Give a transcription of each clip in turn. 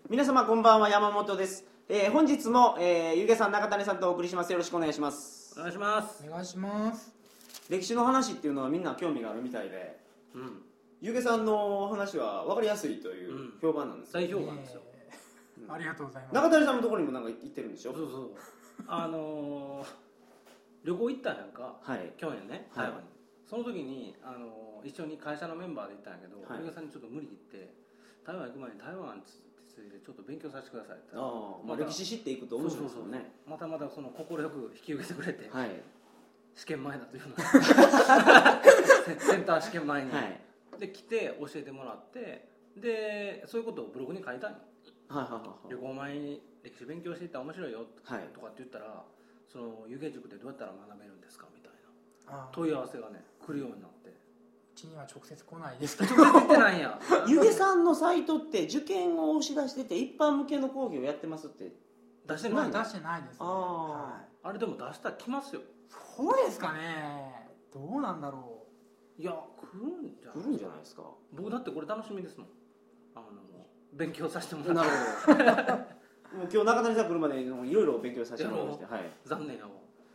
皆様こんばんは、山本です。本日も、ゆげさん、中谷さんとお送りします。よろしくお願いします。 お願いします。 お願いします。 歴史の話っていうのはみんな興味があるみたいで、ゆげさんの話は分かりやすいという評判なんですよ。 大評判ですよ。 ありがとうございます。 中谷さんのところにもなんか行ってるんでしょ。 そうそう旅行行ったんやんか、 はい、 去年ね、台湾に、その時に一緒に会社のメンバーで行ったんやけど、ゆげさんにちょっと無理言って台湾行く前に台湾についてちょっと勉強させてくださいって。 歴史知っていくと面白いですよね。 またその快く引き受けてくれて、はい、試験前だというのセンター試験前に、はい、で来て教えてもらって、でそういうことをブログに書いたんよ。旅行前に歴史勉強していったら面白いよとかって言ったら、その湯気塾でどうやったら学べるんですかみたいな問い合わせがね来るようになって、うちには直接来ないですけど。 直接行ってないんや。 湯気さんのサイトって受験を押し出してて一般向けの講義をやってますって出してない？ 出してないですね。 あれでも出したら来ますよ。 そうですかね。どうなんだろう。いや来るんじゃないですか。僕だってこれ楽しみですもん。勉強させてもらって。 なるほど。もう今日中谷さん来るまでいろいろ勉強させてもらいまして、はい、 残念やわ。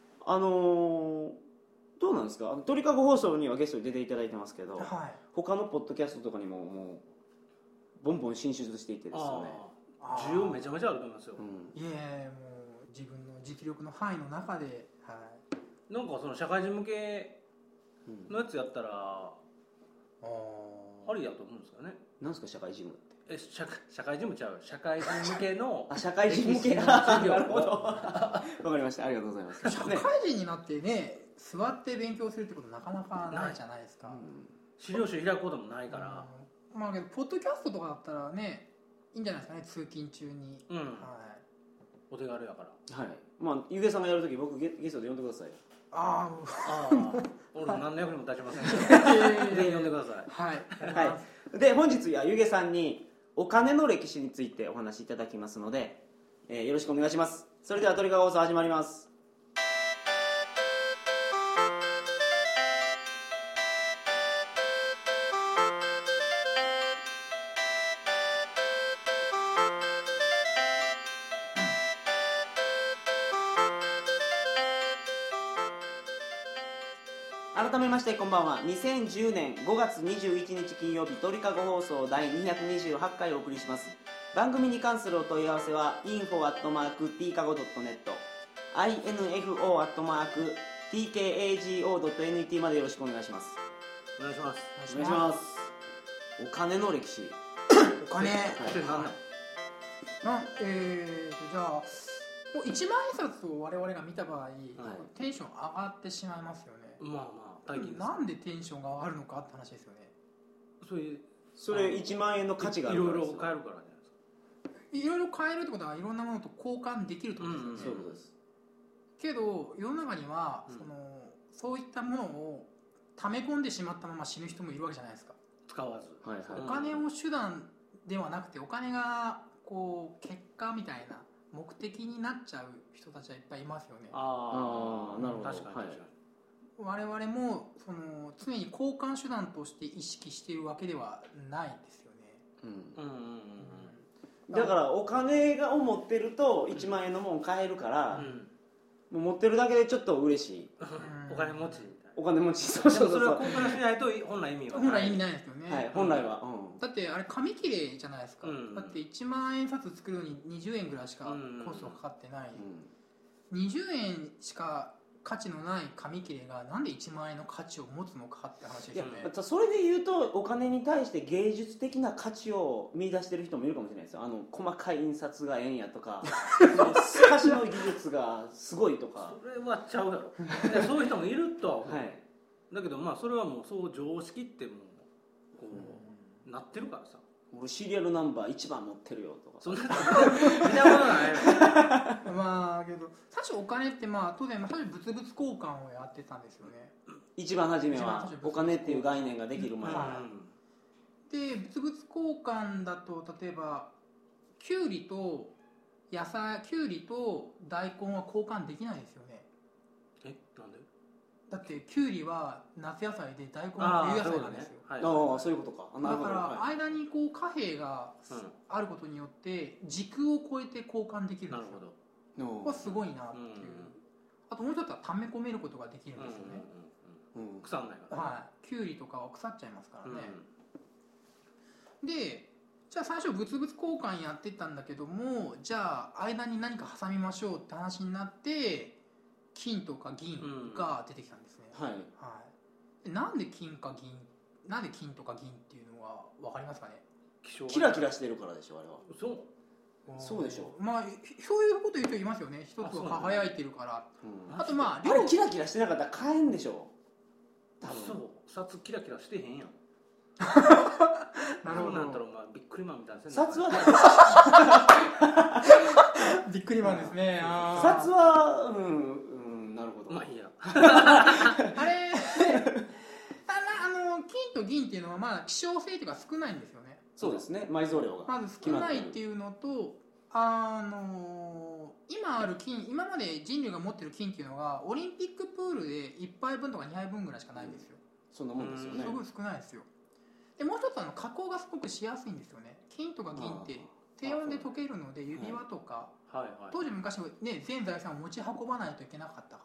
どうなんですか。鳥かご放送にはゲストに出ていただいてますけど、 はい、 他のポッドキャストとかにももうボンボン進出していってですよね。 需要めちゃめちゃあると思いますよ。 いえ、もう自分の実力の範囲の中で、はい、 なんかその社会人向けのやつやったら、ありやと思うんですよね。 なんですか社会人務って。 社会人務ちゃう。社会人向けの社会人向けなるほど。わかりました。ありがとうございます。 社会人になってね、座って勉強するってことなかなかないじゃないですか。 資料集開くこともないから。 まあけどポッドキャストとかだったらね、いいんじゃないですかね、通勤中に。はい。 お手軽やから。 はい。まあゆげさんがやるとき僕ゲストで呼んでください。 俺も何の役にも立ちませんからぜひ呼んでください。 はい。 はい。で本日はゆげさんにお金の歴史についてお話しいただきますので、よろしくお願いします。それでは鳥かご放送始まります。改めましてこんばんは。2010年5月21日金曜日、鳥かご放送第228回お送りします。番組に関するお問い合わせは info@tkago.net info@tkago.net までよろしくお願いします。 お願いします。 お願いします。お金の歴史。 お金、 じゃあもう1万円札を我々が見た場合、テンション上がってしまいますよね。なんでテンションが上がるのかって話ですよね。 それ1万円の価値があるからです。 いろいろ買えるからじゃないですか。 いろいろ買えるってことはいろんなものと交換できるってことですよね。 そういうことです。 けど世の中には、そういったものを溜め込んでしまったまま死ぬ人もいるわけじゃないですか。 使わず、 お金を手段ではなくて、お金がこう結果みたいな目的になっちゃう人たちはいっぱいいますよね。 なるほど。 確かに。 我々も常に交換手段として意識しているわけではないんですよね。 だからお金を持ってると1万円のもん買えるから、もう持ってるだけでちょっと嬉しい。 お金持ち。 お金持ち。 そう。それは交換しないと本来意味はない。 本来意味ないですよね。 はい、本来は。 だってあれ紙切れじゃないですか。だって1万円札作るのに20円ぐらいしかコストがかかってない。20円しか価値のない紙切れがなんで1万円の価値を持つのかって話ですよね。 それで言うとお金に対して芸術的な価値を見出してる人もいるかもしれないですよ。細かい印刷がええんやとか透かしの技術がすごいとか。 それはちゃうやろ。そういう人もいるとは思う、だけどそれはもうそう常識ってもうこうなってるからさ。 俺シリアルナンバー1番持ってるよとか。 そんな見たことないまあけど最初お金って当然最初物々交換をやってたんですよね。 一番初めはお金っていう概念ができる前で、物々交換だと例えばキュウリと大根は交換できないですよね。 なんで？ だってキュウリは夏野菜で大根は冬野菜なんですよ。 そういうことか。 だから間にこう貨幣があることによって時空を超えて交換できるんですよ。ここはすごいなっていう。あともう一つは溜め込めることができるんですよね。 腐んないからね。 はい。キュウリとかは腐っちゃいますからね。で、じゃあ最初物々交換やってたんだけども、じゃあ間に何か挟みましょうって話になって金とか銀が出てきたんですね。はいはい。なんで金とか銀っていうのは分かりますかね。 キラキラしてるからでしょ、あれは。そうでしょ。 まあそういうこと言う人いますよね。一つは輝いてるから。あとまああれキラキラしてなかったら買えんでしょ。 そう。札キラキラしてへんやん。 なるほど。 なんだろう、ビックリマンみたいな。 札はビックリマンですね。 札はなるほど。 まあいいや。 あれ金と銀っていうのはまあ希少性というか少ないんですよね。 そうですね。埋蔵量がまず少ないっていうのと、今ある金、今まで人類が持ってる金っていうのがオリンピックプールで1杯分とか2杯分ぐらいしかないんですよ。 そんなもんですよね。 すごい少ないですよ。でもう一つ加工がすごくしやすいんですよね。金とか銀って低温で溶けるので指輪とか、当時昔ね全財産を持ち運ばないといけなかったから。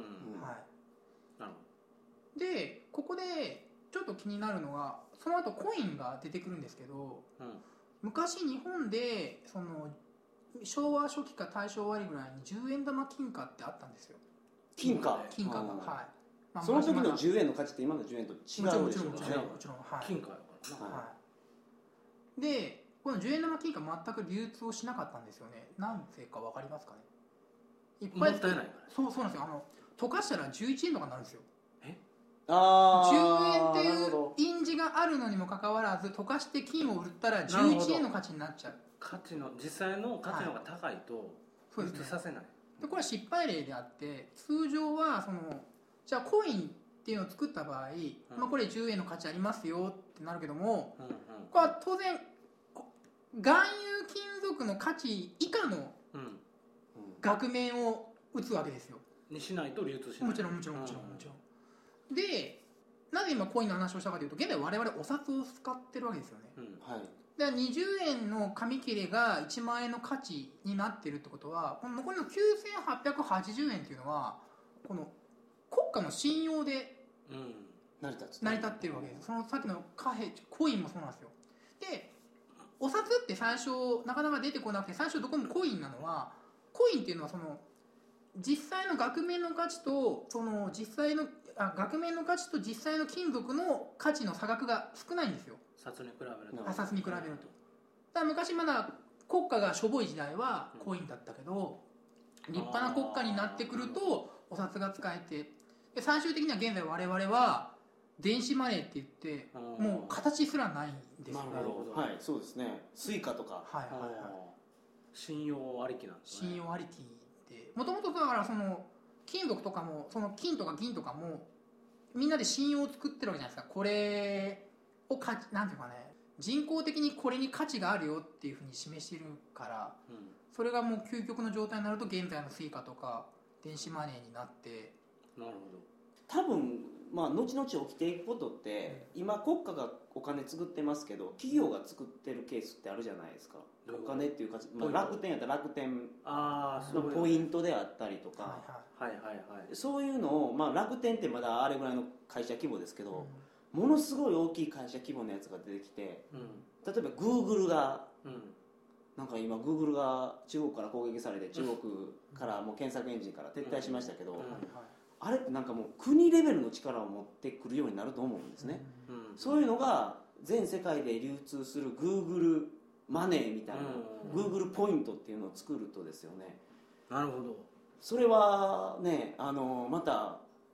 でここでちょっと気になるのがその後コインが出てくるんですけど、昔日本でその昭和初期か大正終わりぐらいに10円玉金貨ってあったんですよ。 金貨がその時の10円の価値って今の10円と違うでしょ。もちろん金貨やからな。 でこの10円玉金貨全く流通をしなかったんですよね。なんでか分かりますかね。 いっぱいもったいないから。 そうなんですよ。溶かしたら11円とかになるんですよ。 10 円っていう印字があるのにもかかわらず溶かして金を売ったら11円の価値になっちゃう。 実際の価値の方が高いと流通させない。 でこれは失敗例であって通常はじゃあコインっていうのを作った場合、これ10円の価値ありますよってなるけども、これは当然含有金属の価値以下の額面を打つわけですよ。 にしないと流通しない。 もちろん。でなぜ今コインの話をしたかというと現在我々お札を使ってるわけですよね。で20円の紙切れが1万円の価値になってるってことはこの残りの9880円っていうのはこの国家の信用で成り立ってるわけです。そのさっきの貨幣コインもそうなんですよ。でお札って最初なかなか出てこなくて最初どこもコインなのはコインっていうのは実際の額面の価値と額面の価値と実際の金属の価値の差額が少ないんですよ。 札に比べると。 札に比べると。だから昔まだ国家がしょぼい時代はコインだったけど、立派な国家になってくるとお札が使えて、で最終的には現在我々は電子マネーって言ってもう形すらないんですよ。 なるほど。はい、そうですね。スイカとか。 信用ありきなんですね。 信用ありきで、もともとだから金属とかも金とか銀とかもみんなで信用を作ってるわけじゃないですか。これをなんていうかね、人工的にこれに価値があるよっていうふうに示しているから、それがもう究極の状態になると現在のスイカとか電子マネーになって。 なるほど。 多分後々起きていくことって、今国家がお金作ってますけど企業が作ってるケースってあるじゃないですか。お金っていうか、楽天やったら楽天のポイントであったりとか、そういうのを、楽天ってまだあれぐらいの会社規模ですけど、ものすごい大きい会社規模のやつが出てきて、例えばグーグルが、なんか今グーグルが中国から攻撃されて中国からもう検索エンジンから撤退しましたけど、あれってなんかもう国レベルの力を持ってくるようになると思うんですね。そういうのが全世界で流通するグーグルマネーみたいな、グーグルポイントっていうのを作るとですよね。 なるほど。 それはね、また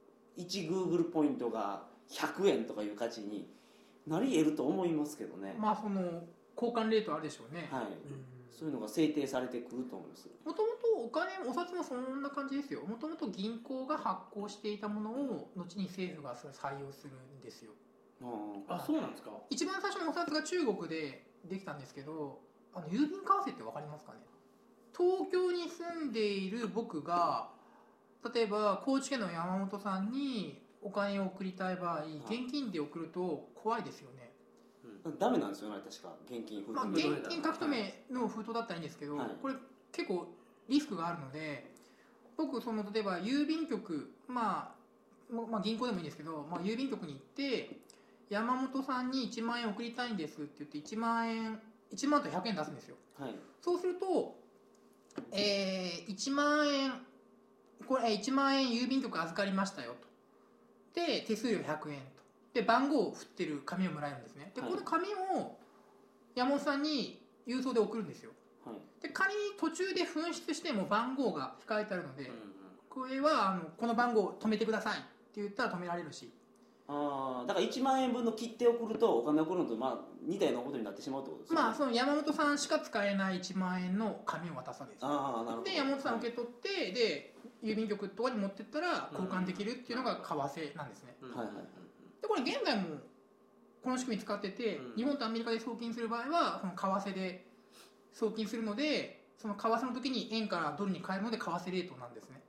1グーグルポイントが100円とかいう価値になり得ると思いますけどね。 交換レートあるでしょうね。 そういうのが制定されてくると思います。 もともとお札もそんな感じですよ。もともと銀行が発行していたものを後に政府が採用するんですよ。 そうなんですか。 一番最初のお札が中国でできたんですけど、郵便為替って分かりますかね。東京に住んでいる僕が例えば高知県の山本さんにお金を送りたい場合、現金で送ると怖いですよね。 ダメなんですよね、確か現金封筒、 現金書き留めの封筒だったらいいんですけど、これ結構リスクがあるので、僕例えば郵便局、銀行でもいいんですけど、郵便局に行って山本さんに1万円送りたいんですって言って1万と100円出すんですよ、そうすると、1万円これ1万円郵便局預かりましたよと、で手数料100円と、で番号を振ってる紙をもらえるんですね。でこの紙を山本さんに郵送で送るんですよ。で仮に途中で紛失しても番号が控えてあるので、これはこの番号を止めてくださいって言ったら止められるし、 だから1万円分の切手を送るとお金を送るのと似たようなことになってしまうってことですね。 その山本さんしか使えない1万円の紙を渡すわけです。で山本さん受け取って、で郵便局とかに持ってったら交換できるっていうのが為替なんですね。でこれ現在もこの仕組み使ってて、日本とアメリカで送金する場合はその為替で送金するので、その為替の時に円からドルに変えるので為替レートなんですね。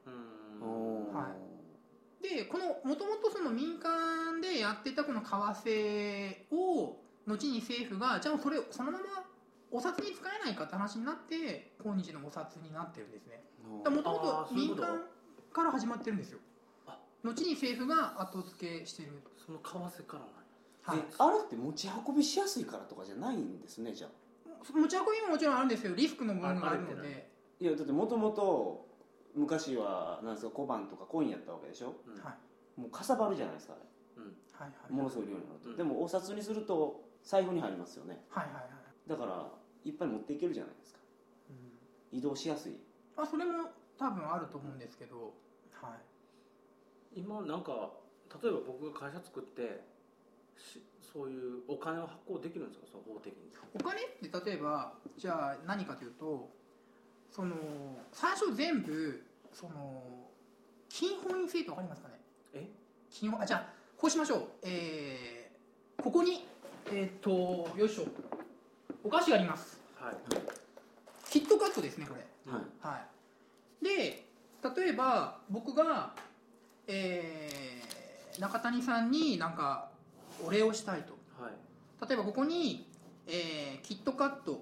でこのもともとその民間でやってたこの為替を後に政府がじゃあそれをそのままお札に使えないかって話になって今日のお札になってるんですね。もともと民間から始まってるんですよ。後に政府が後付けしてる。 その為替からあれって持ち運びしやすいからとかじゃないんですね。じゃあ持ち運びももちろんあるんですけどリスクの部分があるので、 いやだってもともと昔はなんですか小判とかコインやったわけでしょ、もうかさばるじゃないですかあれ、ものすごい量になると、でもお札にすると財布に入りますよね、だからいっぱい持っていけるじゃないですか、移動しやすい。 それも多分あると思うんですけど、 今なんか例えば僕が会社作ってそういうお金を発行できるんですか、その法的に。 お金って例えばじゃあ何かというと、最初全部金本位制って分かりますかね。じゃあこうしましょう。ここによいしょ、お菓子があります、キットカットですねこれ、で例えば僕が、中谷さんになんかお礼をしたいと、例えばここに、キットカット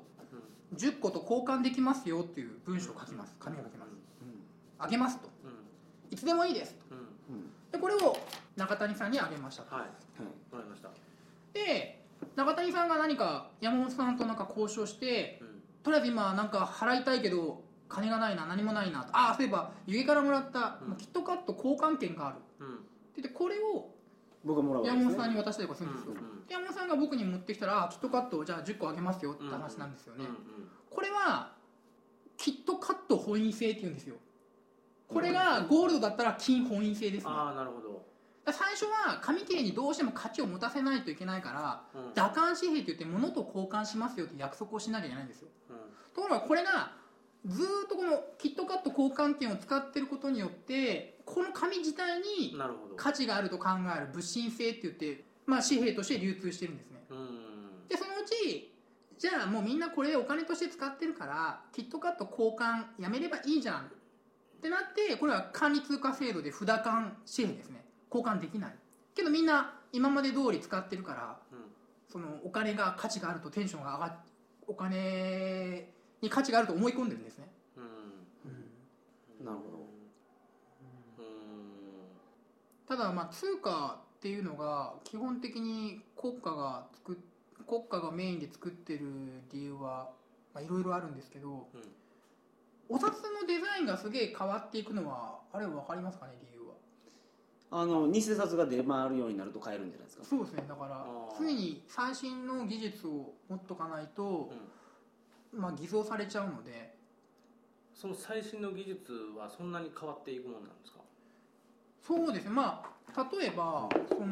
10個と交換できますよっていう文章を書きます、紙を書きます、あげますと、いつでもいいですと、でこれを中谷さんにあげましたと、 もらいました。 で中谷さんが何か山本さんとなんか交渉して、とりあえず今なんか払いたいけど金がないな、何もないなと、そういえば湯気からもらったキットカット交換券がある、って言ってこれを僕がもらうわけですね。 山本さんに渡したりとかするんですよ、山本さんが僕に持ってきたらキットカットをじゃあ10個あげますよって話なんですよね、これはキットカット本位制っていうんですよ。これがゴールドだったら金本位制ですね。 なるほど。 最初は紙切れにどうしても価値を持たせないといけないから、打艦紙幣といって物と交換しますよって約束をしなきゃいけないんですよ、ところがこれがずっとこのキットカット交換券を使ってることによってこの紙自体に価値があると考える物心性って言って、紙幣として流通してるんですね。でそのうちじゃあもうみんなこれお金として使ってるからキットカット交換やめればいいじゃんってなって、これは管理通貨制度で札換紙幣ですね、交換できないけどみんな今まで通り使ってるから、そのお金が価値があるとテンションが上がってお金に価値があると思い込んでるんですね。 なるほど。 ただ通貨っていうのが基本的に国家がメインで作ってる理由はいろいろあるんですけど、お札のデザインがすげえ変わっていくのはあれ分かりますかね、理由は。 偽札が出回るようになると買えるんじゃないですか。 そうですね、だから常に最新の技術を持っとかないと、偽造されちゃうので。 その最新の技術はそんなに変わっていくものなんですか。 そうですね、例えば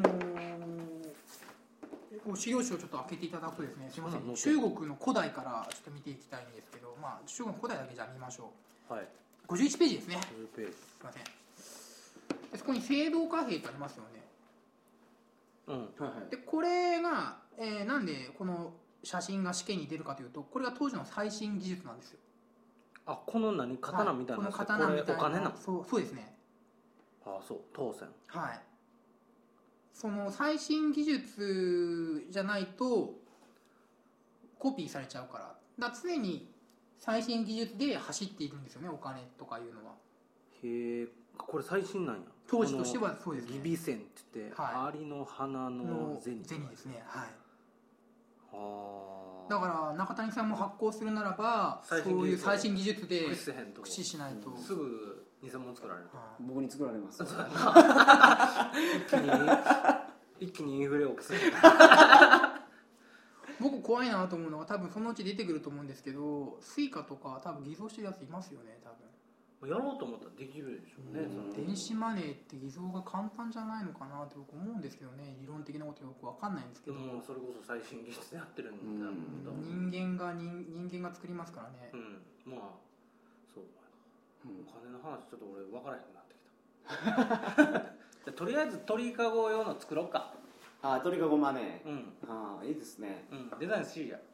資料集をちょっと開けていただくとですね、すみません、中国の古代からちょっと見ていきたいんですけど、中国の古代だけじゃあ見ましょう。51ページですね。 50ページ。 すみません。でそこに青銅貨幣ってありますよね。でこれが、なんでこの写真が試験に出るかというと、これが当時の最新技術なんですよ。 この刀みたいな、 この刀みたいな、 これお金なの。 そうですね。 ああそう当選。 はい。その最新技術じゃないとコピーされちゃうから、だから常に最新技術で走っているんですよね、お金とかいうのは。 へえ、これ最新なんや。 当時としてはそうですね。 ギビ線って言って、はい、アリの花の銭ですね。はい。 はあ。 だから中谷さんも発行するならばそういう最新技術で駆使しないと、 すぐ偽物作られる。 僕に作られます。 一気にインフレを起きする。 僕怖いなと思うのは多分そのうち出てくると思うんですけど、スイカとか多分偽造してるやついますよね。多分やろうと思ったらできるでしょうね。 電子マネーって偽造が簡単じゃないのかなって僕思うんですけどね。理論的なことよく分かんないんですけど、 それこそ最新技術でやってるんだろう。 人間が作りますからね。 まあそう、お金の話ちょっと俺分からへんくなってきた。とりあえず鳥かご用の作ろうか。 あ、鳥かごマネー。ああ、いいですね。 デザインしいじゃん。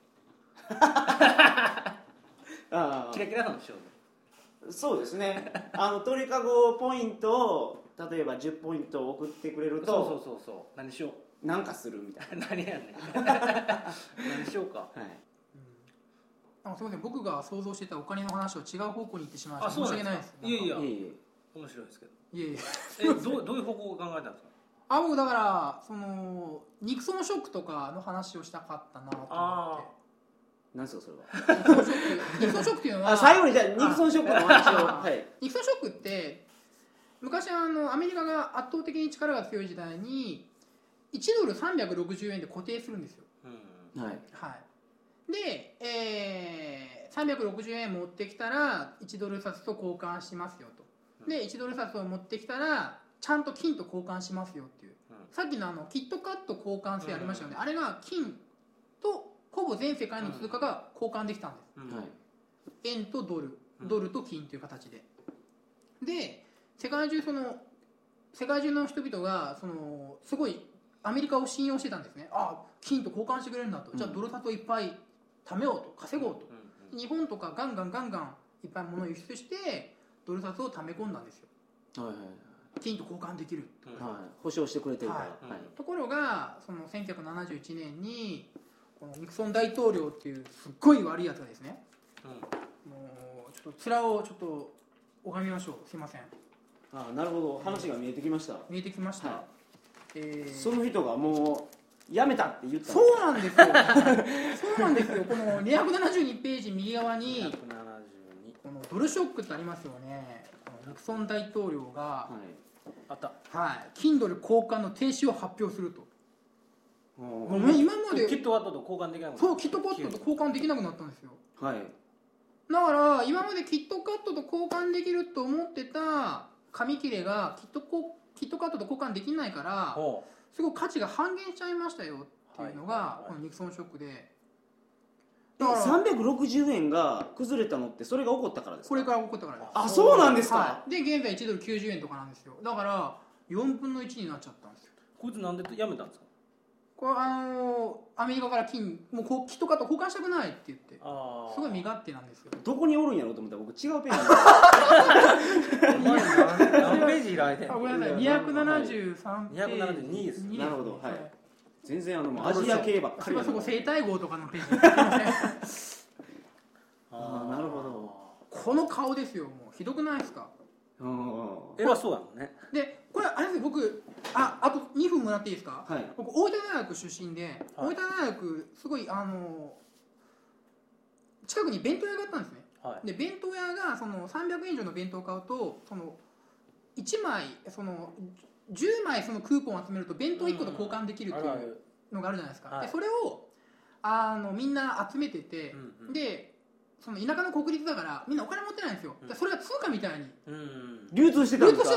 キラキラなのしよう。そうですね。鳥かごポイントを例えば10ポイント送ってくれると、 そう何しよう。なんかするみたいな。 何やねん。何しようか。はい。 すみません、僕が想像してたお金の話を違う方向に行ってしまいました。申し訳ないです。 いや面白いですけど。どういう方向を考えたんですか。 僕だからそのニクソンショックとかの話をしたかったなと思って。 何ですかそれは。 ニクソンショックっていうのは最後にじゃあニクソンショックの話を。はい。 ニクソンショックって昔アメリカが圧倒的に力が強い時代に1ドル360円で固定するんですよ。 はい。 はい。で、360円持ってきたら1ドル札と交換しますよと。で1ドル札を持ってきたらちゃんと金と交換しますよっていう、さっきのキットカット交換性ありましたよね、あれが金とほぼ全世界の通貨が交換できたんです、円とドルと金という形で。で世界中の人々がすごいアメリカを信用してたんですね。金と交換してくれるんだと、じゃあドル札をいっぱい貯めようと、稼ごうと、日本とかガンガンいっぱい物を輸出してドル札を貯め込んだんですよ。金と交換できる、 保証してくれてるから。 ところがその1971年にこのニクソン大統領っていうすっごい悪いやつがですね、もうちょっと面をちょっと拝みましょう。すいません。 なるほど、話が見えてきました。 見えてきました。 その人がもう辞めたって言った。 そうなんですよ。そうなんですよ。この272ページ右側にこのドルショックってありますよね。このニクソン大統領が、 あった。 金ドル交換の停止を発表すると。今までキットカットと交換できなくなった。 そう、キットカットと交換できなくなったんですよ。 はい。 だから今までキットカットと交換できると思ってた紙切れがキットカットと交換できないからすごい価値が半減しちゃいましたよっていうのがこのニクソンショックで。 360円が崩れたのってそれが起こったからですか。 これから起こったからです。 あ、そうなんですか。 で現在1ドル90円とかなんですよ。だから4分の1になっちゃったんですよ。 こいつなんでやめたんですか。 これアメリカから金もうキットカット交換したくないって言ってすごい身勝手なんですよ。 どこにおるんやろうと思ったら僕違うページ何ページ開いてんの。 ごめんなさい、273ページ。 272です。 なるほど、はい。全然アジア系ばっかり。 そこ生体号とかのページになるほど。 この顔ですよ。もうひどくないですか。 偉そうやもんね。 でこれあれですよ、僕あと2分もらっていいですか。僕大分大学出身で、大分大学すごい近くに弁当屋があったんですね。で弁当屋がその300円以上の弁当を買うとその1枚10枚そのクーポンを集めると弁当1個と交換できるっていうのがあるじゃないですか。でそれをみんな集めてて、でその田舎の国立だからみんなお金持ってないんですよ。それが通貨みたいに流通してたんですか。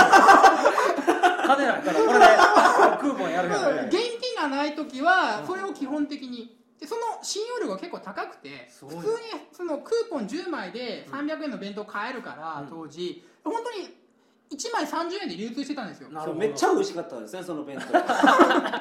金ないからこれでクーポンやるやん。 現金がない時はそれを基本的にでその信用力が結構高くて普通にそのクーポン10枚で300円の弁当買えるから当時本当に1枚30円で流通してたんですよ。 めっちゃ美味しかったんですねその弁当。は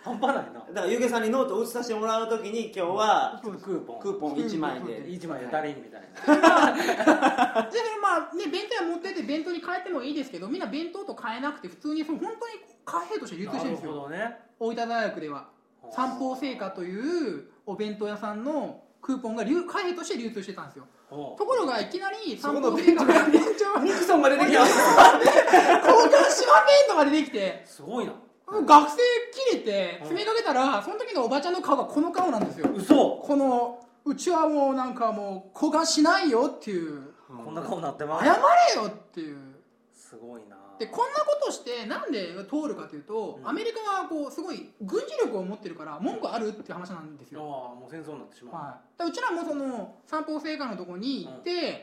半端ないな。 だからゆうげさんにノートを写させてもらうときに今日はクーポン1枚で 1枚で誰みたいな。 じゃあまあね、弁当屋持ってって弁当に変えてもいいですけど、みんな弁当と変えなくて普通にその本当に貨幣として流通してるんですよ。 なるほどね。 大分大学では三宝製菓というお弁当屋さんのクーポンが貨幣として流通してたんですよ。ところがいきなり三宝製菓がニクソンが出てきた。 交換しませんとか出てきて、 すごいな。 学生切れて詰めかけたら、その時のおばちゃんの顔がこの顔なんですよ。 嘘。 このうちはもうなんかもう交換しないよっていう、 こんな顔になってます。 謝れよっていう。 すごいな。 でこんなことしてなんで通るかというと、アメリカはこうすごい軍事力を持ってるから文句あるっていう話なんですよ。 もう戦争になってしまう。 はい、うちらもその三宝製菓のとこに行って、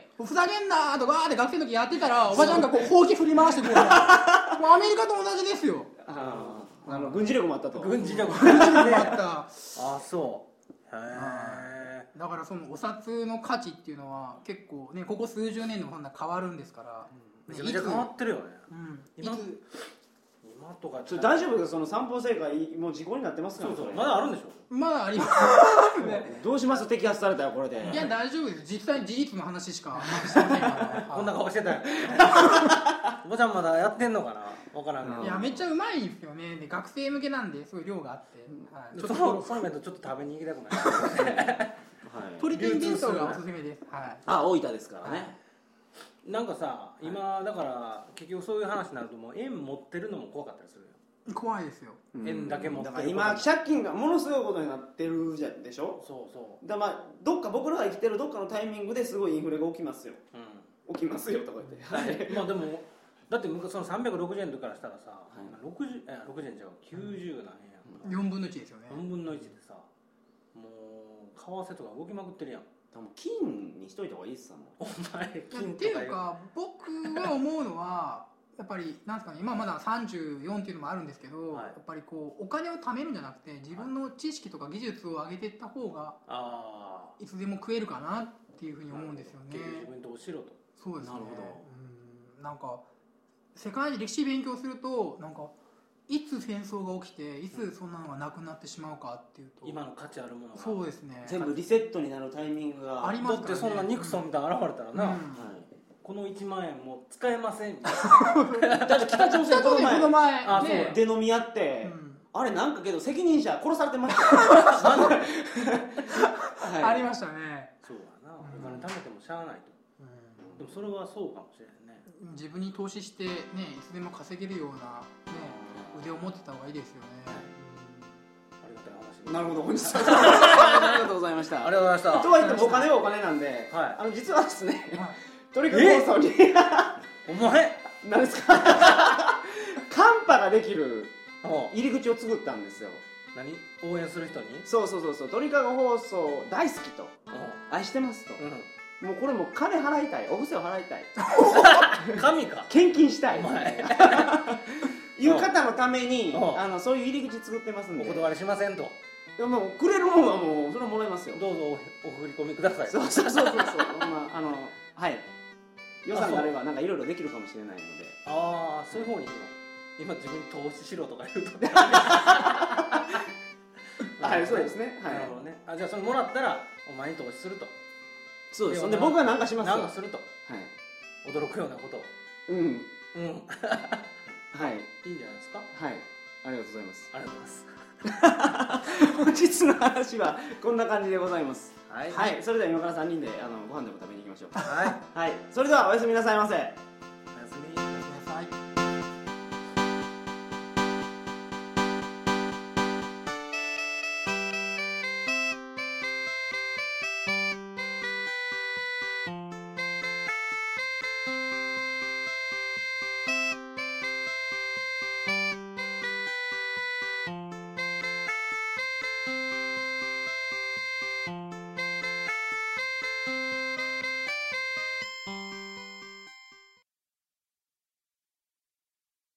ふざけんなーとかーって学生の時やってたら、おばちゃんがこうほうき振り回してくるもうアメリカと同じですよ。 軍事力もあったと。 軍事力もあった。 あ、そう。へえ。 だからそのお札の価値っていうのは結構ね、ここ数十年でもそんな変わるんでしょうから、 めちゃめちゃ変わってるよね。今とか大丈夫ですか、その三宝製菓もう時効になってますから。 そうそう、まだあるんでしょ。 まだありますね。 どうします、摘発されたらこれで。 いや大丈夫です、実際に事実の話しかしてませんからこんな顔してたよ。おばちゃんまだやってんのかな、分からんけど。 いやめっちゃうまいんですよね。で学生向けなんですごい量があって、 ちょっとその弁当ちょっと食べに行きたくない。 鳥天弁当がおすすめです。 あ、大分ですからね。 なんかさ、今だから結局そういう話になると、もう円持ってるのも怖かったりするよ。 怖いですよ。 円だけ持ってる。 だから今借金がものすごいことになってるでしょ。 そうそう。 だからまあどっか僕らが生きてるどっかのタイミングですごいインフレが起きますよ。起きますよとか言って。 まあでもだってその360円からしたらさ、60円じゃ90何円やん。 4分の1ですよね。 4分の1でさ、もう為替とか動きまくってるやん。 金にしといた方がいいっすもん。 お前金っていうか僕は思うのはやっぱりなんですかね、今まだ34っていうのもあるんですけど、やっぱりこうお金を貯めるんじゃなくて自分の知識とか技術を上げていった方がいつでも食えるかなっていうふうに思うんですよね。 自分としろと。 そうですね。なんか世界で歴史勉強すると、なんかいつ戦争が起きていつそんなのがなくなってしまうかっていうと、 今の価値あるものがそうですね、 全部リセットになるタイミングがありますからね。 だってそんなニクソンみたいなの現れたらな、この1万円も使えませんみたいな。 だって北朝鮮この前出飲みやって、あれなんかけど責任者殺されてましたよ。 ありましたね。 そうだな、お金貯めてもしゃあないと。でもそれはそうかもしれないね。 自分に投資してね、いつでも稼げるようなね腕を持ってた方がいいですよね。 ありがたい話。 なるほど、本日はありがとうございました。 ありがとうございました。 とは言ってもお金はお金なんで、実はですね、トリカゴ放送にお前何ですか、カンパができる入り口を作ったんですよ。 何？応援する人に？ そうトリカゴ放送大好きと、愛してますと。もうこれも金払いたい、お布施を払いたい、 神か、 献金したいいう方のためにそういう入り口作ってますんで、 お断りしませんと。 もうくれるもんはもうそれはもらいますよ。 どうぞお振り込みください。 そうはい、予算があればなんかいろいろできるかもしれないので。 ああ、そういう方にいいの。今自分投資しろとか言うとはい、そうですね。 なるほどね。じゃあそれもらったらお前に投資すると。 そうです。で僕は何かしますよ。 何かすると。はい。驚くようなことを。はい。いいんじゃないですか。 はい。ありがとうございます。 ありがとうございます。 本日の話はこんな感じでございます。 はい。 それでは今から3人でご飯でも食べに行きましょう。 はい。 はい。それではおやすみなさいませ。